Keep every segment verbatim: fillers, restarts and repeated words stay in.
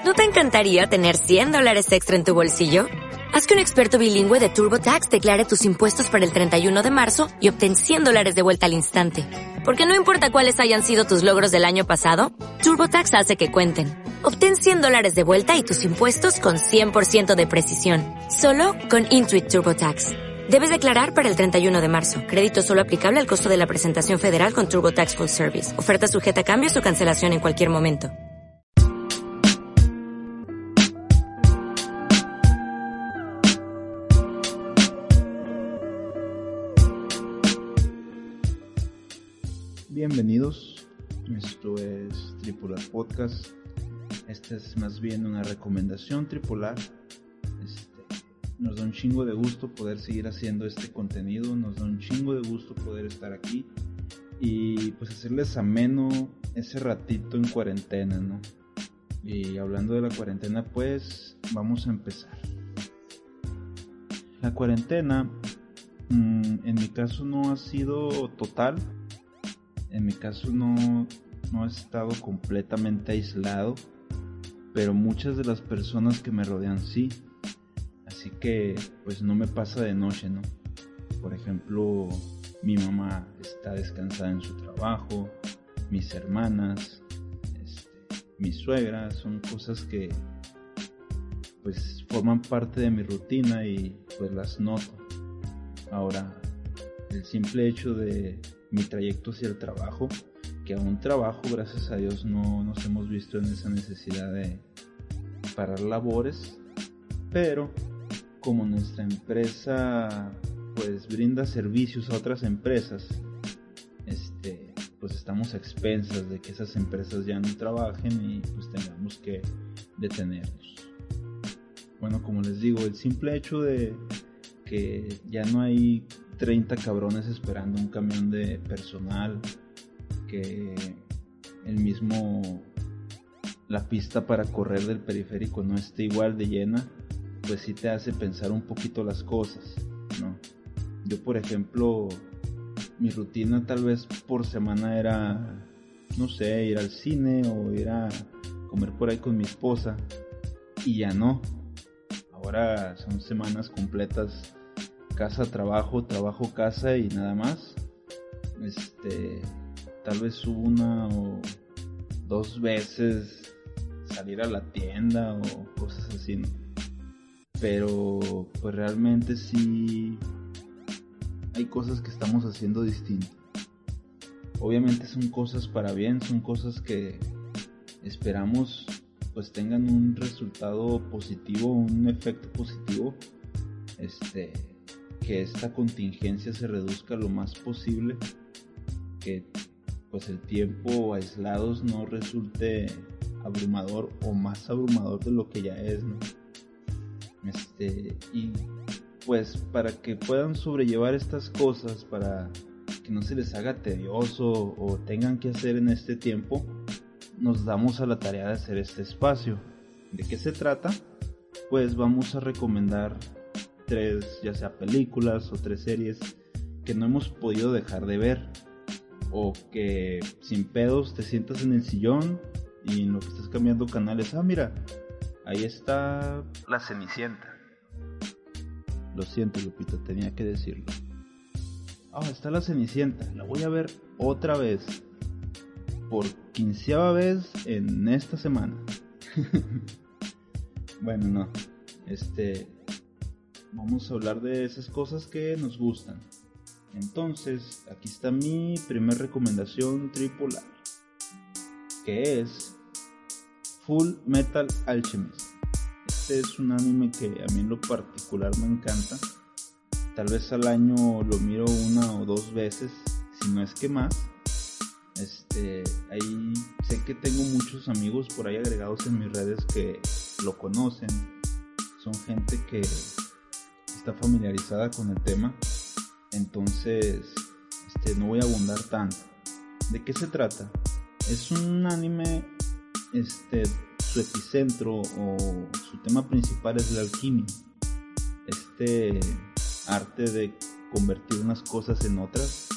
¿No te encantaría tener cien dólares extra en tu bolsillo? Haz que un experto bilingüe de TurboTax declare tus impuestos para el treinta y uno de marzo y obtén cien dólares de vuelta al instante. Porque no importa cuáles hayan sido tus logros del año pasado, TurboTax hace que cuenten. Obtén cien dólares de vuelta y tus impuestos con cien por ciento de precisión. Solo con Intuit TurboTax. Debes declarar para el treinta y uno de marzo. Crédito solo aplicable al costo de la presentación federal con TurboTax Full Service. Oferta sujeta a cambios o cancelación en cualquier momento. Bienvenidos, esto es Tripolar Podcast. Esta es más bien una recomendación tripolar. Este, nos da un chingo de gusto poder seguir haciendo este contenido, nos da un chingo de gusto poder estar aquí y pues hacerles ameno ese ratito en cuarentena, ¿no? Y hablando de la cuarentena, pues vamos a empezar. La cuarentena, mmm, en mi caso no ha sido total. En mi caso no, no he estado completamente aislado, pero muchas de las personas que me rodean sí. Así que pues no me pasa de noche, ¿no? Por ejemplo, mi mamá está descansada en su trabajo, mis hermanas, este, mi suegra, son cosas que pues forman parte de mi rutina y pues las noto. Ahora, el simple hecho de mi trayecto hacia el trabajo, que aún trabajo, gracias a Dios no nos hemos visto en esa necesidad de parar labores, pero como nuestra empresa pues brinda servicios a otras empresas, este pues estamos a expensas de que esas empresas ya no trabajen y pues tengamos que detenernos. Bueno, como les digo, el simple hecho de que ya no hay treinta cabrones esperando un camión de personal, que el mismo la pista para correr del periférico no esté igual de llena, pues sí te hace pensar un poquito las cosas, ¿no? Yo, por ejemplo, mi rutina tal vez por semana era, no sé, ir al cine o ir a comer por ahí con mi esposa, y ya no. Ahora son semanas completas casa, trabajo, trabajo, casa y nada más. Este, tal vez una o dos veces salir a la tienda o cosas así, ¿no? Pero pues realmente sí hay cosas que estamos haciendo distinto. Obviamente son cosas para bien, son cosas que esperamos pues tengan un resultado positivo, un efecto positivo. Este que esta contingencia se reduzca lo más posible, que pues el tiempo aislados no resulte abrumador o más abrumador de lo que ya es, ¿no? Este, y pues para que puedan sobrellevar estas cosas, para que no se les haga tedioso o tengan que hacer en este tiempo, nos damos a la tarea de hacer este espacio. ¿De qué se trata? Pues vamos a recomendar tres, ya sea películas o tres series que no hemos podido dejar de ver, o que sin pedos te sientas en el sillón y en lo que estás cambiando canales, ah mira, ahí está La Cenicienta. Lo siento, Lupita, tenía que decirlo. Ah, está La Cenicienta, la voy a ver otra vez por quinceava vez en esta semana. Bueno, no, este vamos a hablar de esas cosas que nos gustan. Entonces, aquí está mi primer recomendación tripolar, que es Full Metal Alchemist. Este es un anime que a mí en lo particular me encanta. Tal vez al año lo miro una o dos veces, si no es que más. Este, ahí sé que tengo muchos amigos por ahí agregados en mis redes que lo conocen. Son gente que está familiarizada con el tema, entonces este, no voy a abundar tanto. ¿De qué se trata? Es un anime, este, su epicentro o su tema principal es la alquimia, este arte de convertir unas cosas en otras,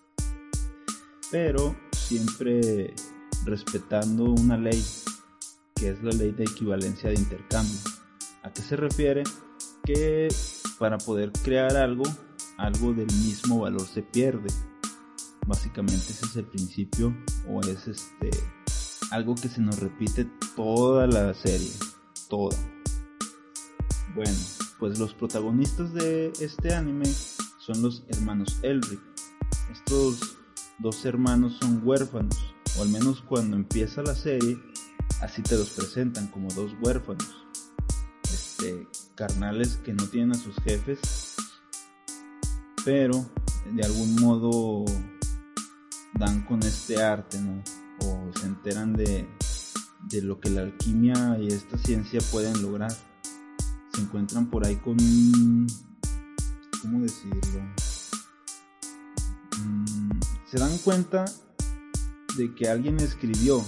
pero siempre respetando una ley, que es la ley de equivalencia de intercambio. ¿A qué se refiere? Que para poder crear algo, algo del mismo valor se pierde. Básicamente ese es el principio, o es este algo que se nos repite toda la serie, toda. Bueno, pues los protagonistas de este anime son los hermanos Elric. Estos dos hermanos son huérfanos, o al menos cuando empieza la serie, así te los presentan, como dos huérfanos. Este, carnales que no tienen a sus jefes, pero de algún modo dan con este arte, ¿no? O se enteran de, de lo que la alquimia y esta ciencia pueden lograr. Se encuentran por ahí con un... ¿cómo decirlo? Mm, se dan cuenta de que alguien escribió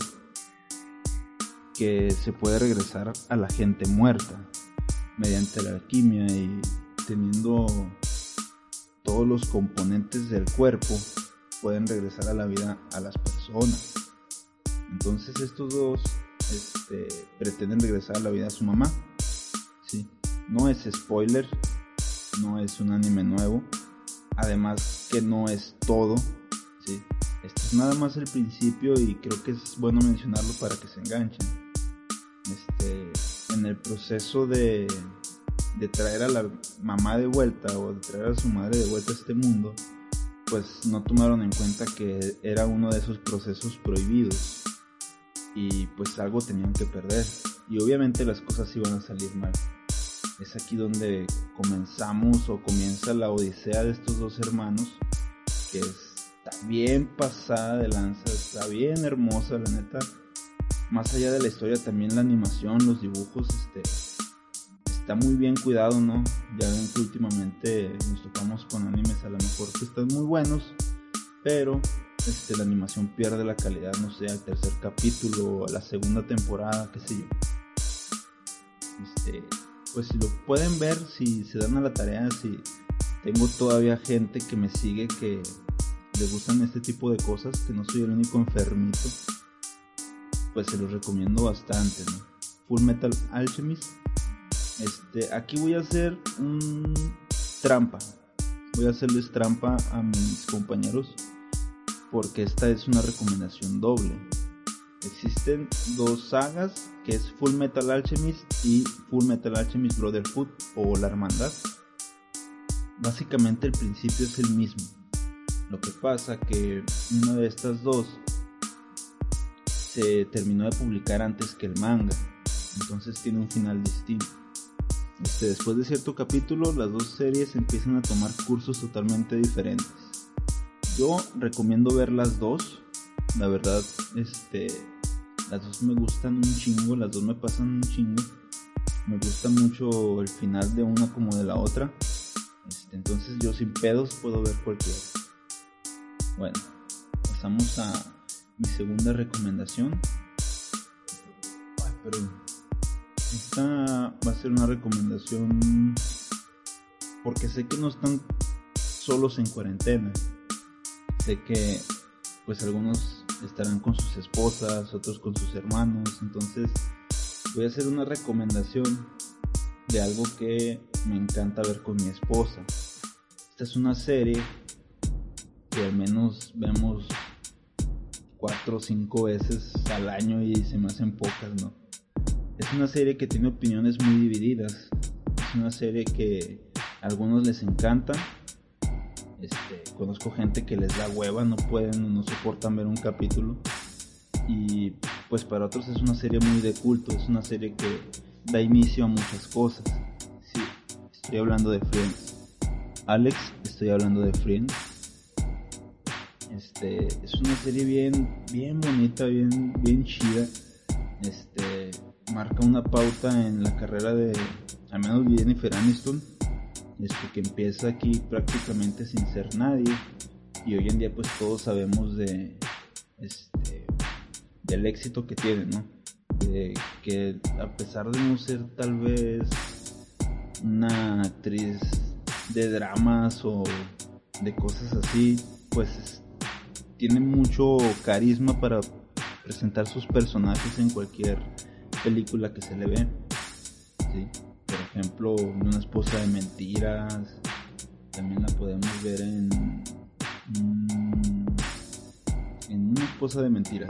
que se puede regresar a la gente muerta mediante la alquimia, y teniendo todos los componentes del cuerpo pueden regresar a la vida a las personas. Entonces estos dos este, pretenden regresar a la vida a su mamá. ¿Sí? No es spoiler, no es un anime nuevo, además que no es todo, ¿sí? Esto es nada más el principio y creo que es bueno mencionarlo para que se enganchen. Este, en el proceso de, de traer a la mamá de vuelta, o de traer a su madre de vuelta a este mundo, pues no tomaron en cuenta que era uno de esos procesos prohibidos, y pues algo tenían que perder, y obviamente las cosas iban a salir mal. Es aquí donde comenzamos o comienza la odisea de estos dos hermanos, que está bien pasada de lanza, está bien hermosa, la neta. Más allá de la historia, también la animación, los dibujos, este, está muy bien cuidado, ¿no? Ya ven que últimamente nos topamos con animes a lo mejor que están muy buenos, pero este, la animación pierde la calidad, no sé, al tercer capítulo o a la segunda temporada, qué sé yo. Este, pues si lo pueden ver, si se dan a la tarea, si tengo todavía gente que me sigue que le gustan este tipo de cosas, que no soy el único enfermito, pues se los recomiendo bastante, ¿no? Full Metal Alchemist. Este, aquí voy a hacer un trampa, voy a hacerles trampa a mis compañeros, porque esta es una recomendación doble. Existen dos sagas, que es Full Metal Alchemist y Full Metal Alchemist Brotherhood, o La Hermandad. Básicamente el principio es el mismo. Lo que pasa que una de estas dos se terminó de publicar antes que el manga, entonces tiene un final distinto. Este, después de cierto capítulo, las dos series empiezan a tomar cursos totalmente diferentes. Yo recomiendo ver las dos. La verdad, este, las dos me gustan un chingo, las dos me pasan un chingo. Me gusta mucho el final de una como de la otra. Este, entonces yo sin pedos puedo ver cualquiera. Bueno, pasamos a mi segunda recomendación. Ay, perdón. Esta va a ser una recomendación porque sé que no están solos en cuarentena. Sé que pues algunos estarán con sus esposas, otros con sus hermanos. Entonces voy a hacer una recomendación de algo que me encanta ver con mi esposa. Esta es una serie que al menos vemos cuatro o cinco veces al año y se me hacen pocas, ¿no? Es una serie que tiene opiniones muy divididas. Es una serie que a algunos les encanta. Este, conozco gente que les da hueva, no pueden, no soportan ver un capítulo. Y pues para otros es una serie muy de culto. Es una serie que da inicio a muchas cosas. Sí, estoy hablando de Friends. Alex, estoy hablando de Friends. Este, es una serie bien, bien bonita, bien, bien chida. Este, marca una pauta en la carrera de, al menos Jennifer Aniston, este, que empieza aquí prácticamente sin ser nadie, y hoy en día pues todos sabemos de, este, del éxito que tiene, ¿no? De que a pesar de no ser tal vez una actriz de dramas o de cosas así, pues tiene mucho carisma para presentar sus personajes en cualquier película que se le ve, ¿sí? Por ejemplo, Una esposa de mentiras, también la podemos ver en en Una esposa de mentiras.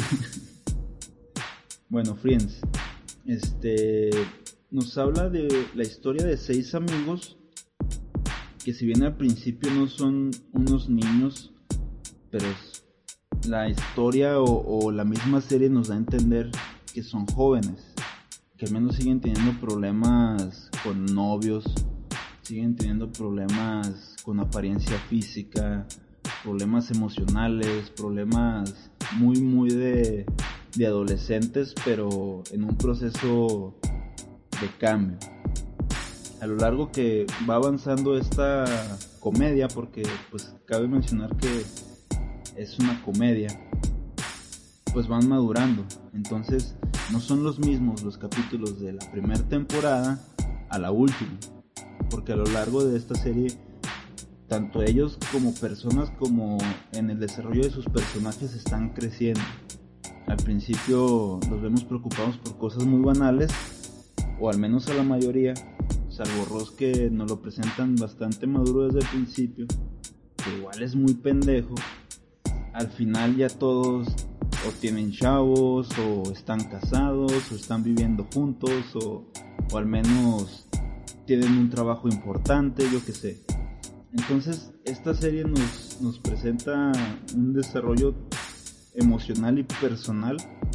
Bueno, Friends, este nos habla de la historia de seis amigos que, si bien al principio no son unos niños, pero la historia o, o la misma serie nos da a entender que son jóvenes, que al menos siguen teniendo problemas con novios, siguen teniendo problemas con apariencia física, problemas emocionales, problemas muy muy de, de adolescentes, pero en un proceso de cambio. A lo largo que va avanzando esta comedia, porque pues cabe mencionar que es una comedia, pues van madurando. Entonces no son los mismos los capítulos de la primera temporada a la última, porque a lo largo de esta serie, tanto ellos como personas como en el desarrollo de sus personajes están creciendo. Al principio los vemos preocupados por cosas muy banales, o al menos a la mayoría, salvo Ross, que nos lo presentan bastante maduro desde el principio, que igual es muy pendejo. Al final ya todos o tienen chavos, o están casados, o están viviendo juntos, o, o al menos tienen un trabajo importante, yo qué sé. Entonces esta serie nos, nos presenta un desarrollo emocional y personal,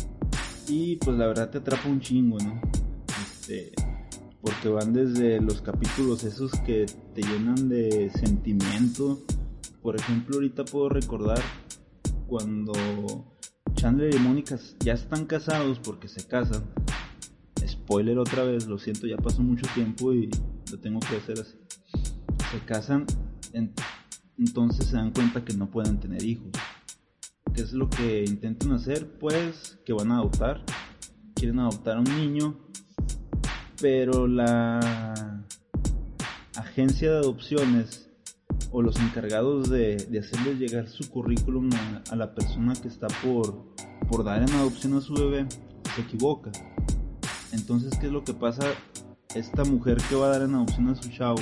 y pues la verdad te atrapa un chingo, ¿no? Este, porque van desde los capítulos esos que te llenan de sentimiento. Por ejemplo, ahorita puedo recordar cuando Chandler y Mónica ya están casados, porque se casan. Spoiler otra vez, lo siento, ya pasó mucho tiempo y lo tengo que hacer así. Se casan, en, entonces se dan cuenta que no pueden tener hijos. ¿Qué es lo que intentan hacer? Pues que van a adoptar. Quieren adoptar a un niño, pero la agencia de adopciones o los encargados de, de hacerles llegar su currículum a, a la persona que está por, por dar en adopción a su bebé se equivoca. Entonces, ¿qué es lo que pasa? Esta mujer que va a dar en adopción a su chavo,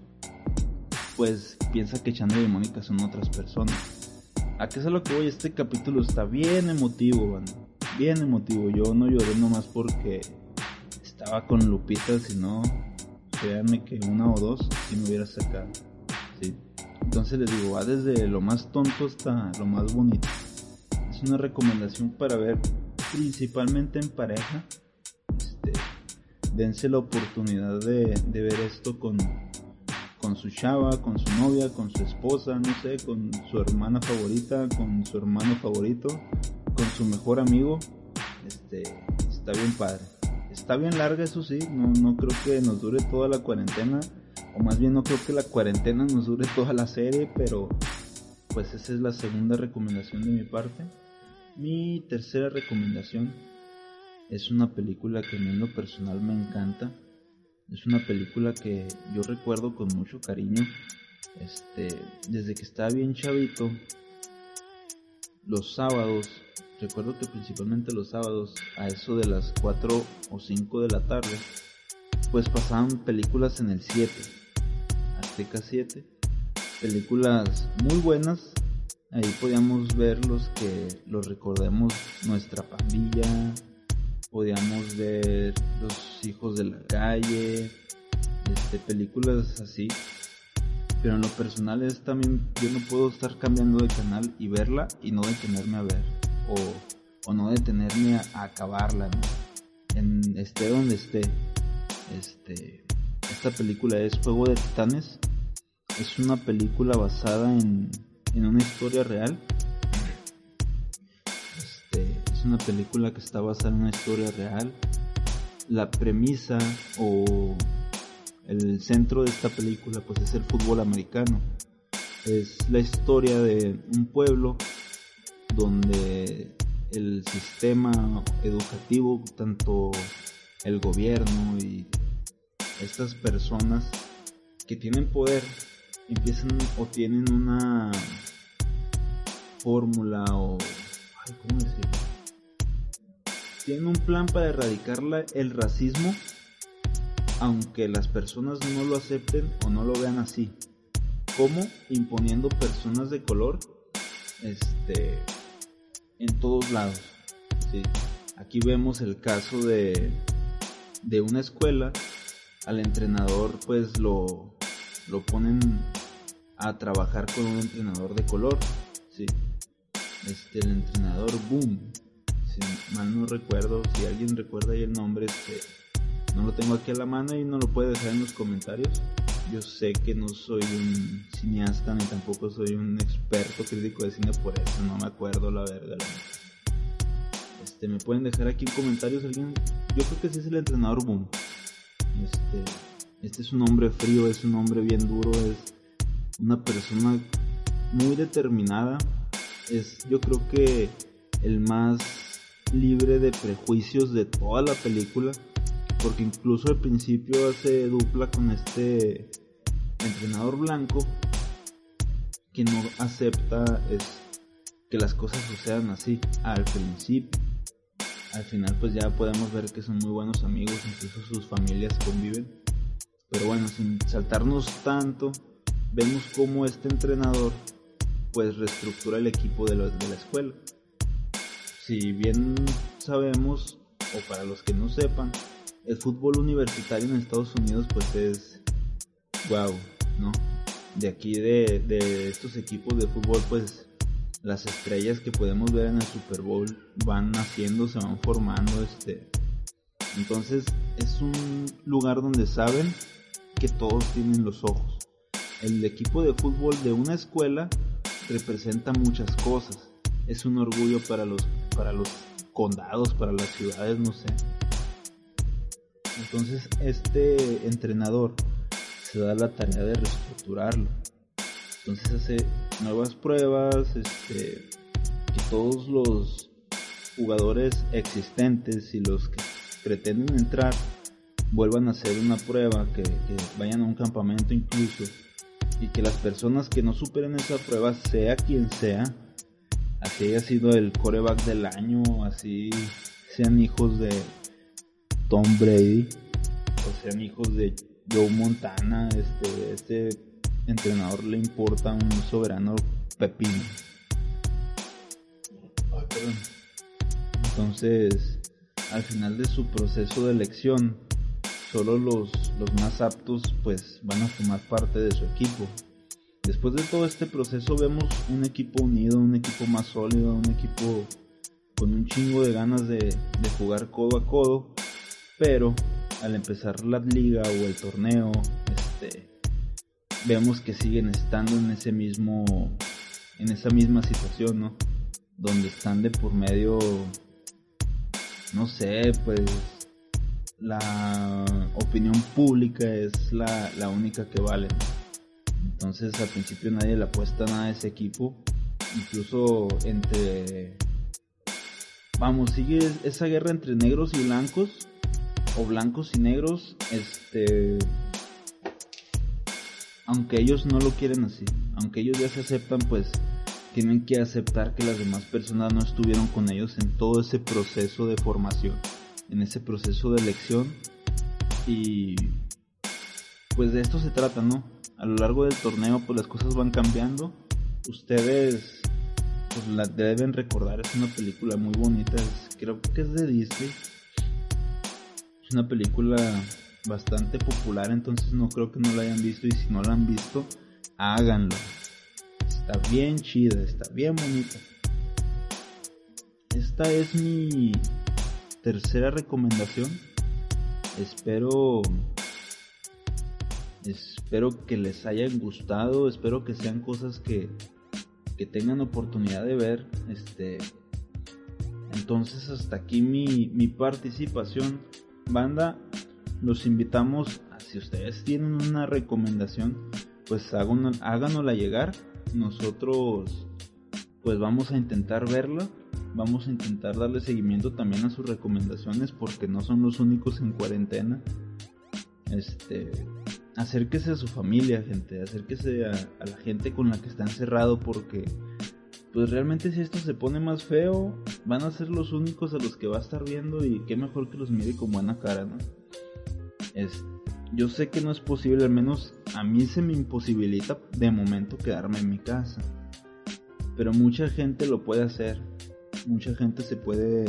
pues piensa que Chandler y Mónica son otras personas. ¿A qué es a lo que voy? Este capítulo está bien emotivo, banda. Bien emotivo. Yo no lloré nomás porque estaba con Lupita, sino créanme que una o dos sí me hubiera sacado. ¿Sí? Entonces les digo, va desde lo más tonto hasta lo más bonito. Es una recomendación para ver principalmente en pareja. Este, dense la oportunidad de, de ver esto con, con su chava, con su novia, con su esposa, no sé, con su hermana favorita, con su hermano favorito, con su mejor amigo. Este, está bien padre. Está bien larga, eso sí, no, no creo que nos dure toda la cuarentena, o más bien no creo que la cuarentena nos dure toda la serie, pero pues esa es la segunda recomendación de mi parte. Mi tercera recomendación es una película que a mí en lo personal me encanta. Es una película que yo recuerdo con mucho cariño. Este, desde que estaba bien chavito, los sábados, recuerdo que principalmente los sábados, a eso de las cuatro o cinco de la tarde, pues pasaban películas en el siete, Azteca siete, películas muy buenas. Ahí podíamos ver los que los recordemos, Nuestra Pandilla, podíamos ver Los Hijos de la Calle, este, películas así. Pero en lo personal es también, yo no puedo estar cambiando de canal y verla y no detenerme a ver, o, o no detenerme a, a acabarla, ¿no? En, esté donde esté. Este, esta película es Juego de Titanes. Es una película basada en, en una historia real. Este, es una película que está basada en una historia real. La premisa o el centro de esta película pues es el fútbol americano. Es la historia de un pueblo donde el sistema educativo, tanto el gobierno y estas personas que tienen poder, empiezan o tienen una fórmula o ay, ¿cómo decirlo? tienen un plan para erradicar la, el racismo, aunque las personas no lo acepten o no lo vean así. ¿Cómo? Imponiendo personas de color este, en todos lados, ¿sí? Aquí vemos el caso de, de una escuela. Al entrenador pues lo, lo ponen a trabajar con un entrenador de color, ¿sí? Este, el entrenador Boom, si mal no recuerdo, si alguien recuerda ahí el nombre, este, no lo tengo aquí a la mano y no lo puede dejar en los comentarios. Yo sé que no soy un cineasta ni tampoco soy un experto crítico de cine, por eso no me acuerdo la verga. Este, me pueden dejar aquí en comentarios alguien. Yo creo que sí es el entrenador Boom. Este, este es un hombre frío, es un hombre bien duro, es una persona muy determinada. Es, yo creo que el más libre de prejuicios de toda la película, porque incluso al principio hace dupla con este entrenador blanco que no acepta es, que las cosas sucedan así al principio. Al final pues ya podemos ver que son muy buenos amigos, incluso sus familias conviven. Pero bueno, sin saltarnos tanto, vemos cómo este entrenador pues reestructura el equipo de, los, de la escuela. Si bien sabemos, o para los que no sepan, el fútbol universitario en Estados Unidos pues es wow, ¿no? De aquí de, de estos equipos de fútbol pues las estrellas que podemos ver en el Super Bowl van naciendo, se van formando, este. Entonces es un lugar donde saben que todos tienen los ojos. El equipo de fútbol de una escuela representa muchas cosas. Es un orgullo para los, para los condados, para las ciudades, no sé. Entonces este entrenador se da la tarea de reestructurarlo. Entonces hace nuevas pruebas, este, que todos los jugadores existentes y los que pretenden entrar vuelvan a hacer una prueba, que, que vayan a un campamento incluso, y que las personas que no superen esa prueba, sea quien sea, así haya sido el quarterback del año, así sean hijos de Tom Brady o sean hijos de Joe Montana, este, este entrenador le importa un soberano pepino. Ay, perdón. Entonces, al final de su proceso de elección, solo los, los más aptos pues van a formar parte de su equipo. Después de todo este proceso vemos un equipo unido, un equipo más sólido, un equipo con un chingo de ganas de, de jugar codo a codo, pero al empezar la liga o el torneo, este, vemos que siguen estando en ese mismo, en esa misma situación, ¿no? Donde están de por medio, no sé, pues la opinión pública es la, la única que vale. Entonces al principio nadie le apuesta nada a ese equipo, incluso entre, vamos, sigue esa guerra entre negros y blancos, o blancos y negros, este, aunque ellos no lo quieren así, aunque ellos ya se aceptan, pues tienen que aceptar que las demás personas no estuvieron con ellos en todo ese proceso de formación, en ese proceso de elección, y pues de esto se trata, ¿no? A lo largo del torneo pues las cosas van cambiando. Ustedes pues la deben recordar, es una película muy bonita, es, creo que es de Disney, es una película bastante popular, entonces no creo que no la hayan visto, y si no la han visto, háganlo. Está bien chida, está bien bonita. Esta es mi tercera recomendación. Espero espero que les hayan gustado, espero que sean cosas que que tengan oportunidad de ver. Este, entonces hasta aquí mi mi participación, banda. Los invitamos a, si ustedes tienen una recomendación, pues háganos, háganosla llegar. Nosotros pues vamos a intentar verla, vamos a intentar darle seguimiento también a sus recomendaciones, porque no son los únicos en cuarentena. Este, acérquese a su familia, gente, acérquese a, a la gente con la que está encerrado, porque pues realmente si esto se pone más feo, van a ser los únicos a los que va a estar viendo, y qué mejor que los mire con buena cara, ¿no? Es, yo sé que no es posible, al menos a mí se me imposibilita de momento quedarme en mi casa, pero mucha gente lo puede hacer. Mucha gente se puede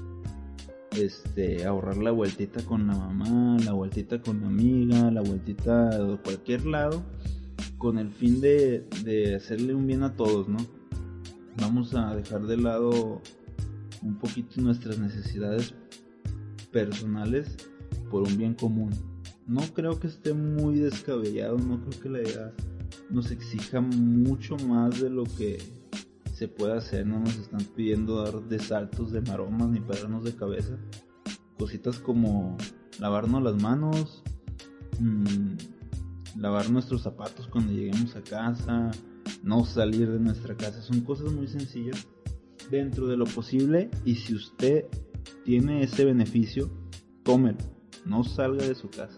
este, ahorrar la vueltita con la mamá, la vueltita con la amiga, la vueltita de cualquier lado, con el fin de, de hacerle un bien a todos, ¿no? Vamos a dejar de lado un poquito nuestras necesidades personales por un bien común. No creo que esté muy descabellado, no creo que la idea nos exija mucho más de lo que se puede hacer. No nos están pidiendo dar de saltos, de maromas, ni pararnos de cabeza. Cositas como lavarnos las manos, mmm, lavar nuestros zapatos cuando lleguemos a casa, no salir de nuestra casa, son cosas muy sencillas dentro de lo posible. Y si usted tiene ese beneficio, tómelo, no salga de su casa.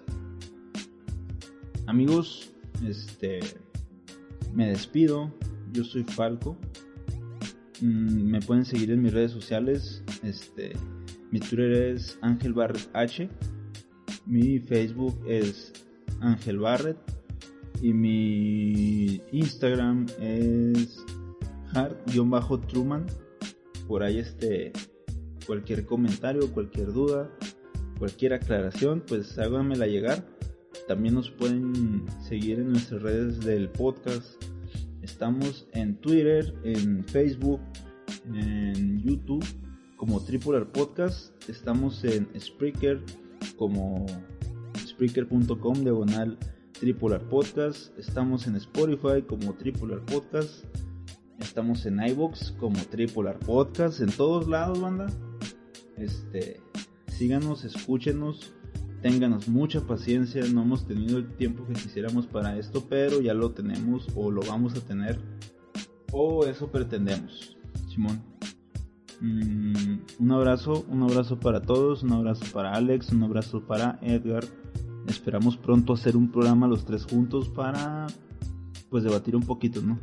Amigos, este me despido. Yo soy Falco. Mm, me pueden seguir en mis redes sociales. Este, mi Twitter es Ángel Barret H. Mi Facebook es Ángel Barret. Y mi Instagram es hard-truman. Por ahí este, cualquier comentario, cualquier duda, cualquier aclaración, pues háganmela llegar. También nos pueden seguir en nuestras redes del podcast. Estamos en Twitter, en Facebook, en YouTube como Triple R Podcast. Estamos en Spreaker como spreaker punto com diagonal Triple R Podcast. Estamos en Spotify como Triple R Podcast. Estamos en iVoox como Triple R Podcast. En todos lados, banda. Este, síganos, escúchenos. Ténganos mucha paciencia, no hemos tenido el tiempo que quisiéramos para esto, pero ya lo tenemos, o lo vamos a tener, o eso pretendemos. Simón, mm, un abrazo, un abrazo para todos, un abrazo para Alex, un abrazo para Edgar. Esperamos pronto hacer un programa los tres juntos para, pues, debatir un poquito, ¿no?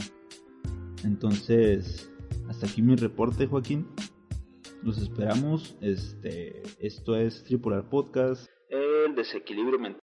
Entonces, hasta aquí mi reporte, Joaquín. Los esperamos. Este, esto es Triple R Podcast, el desequilibrio mental.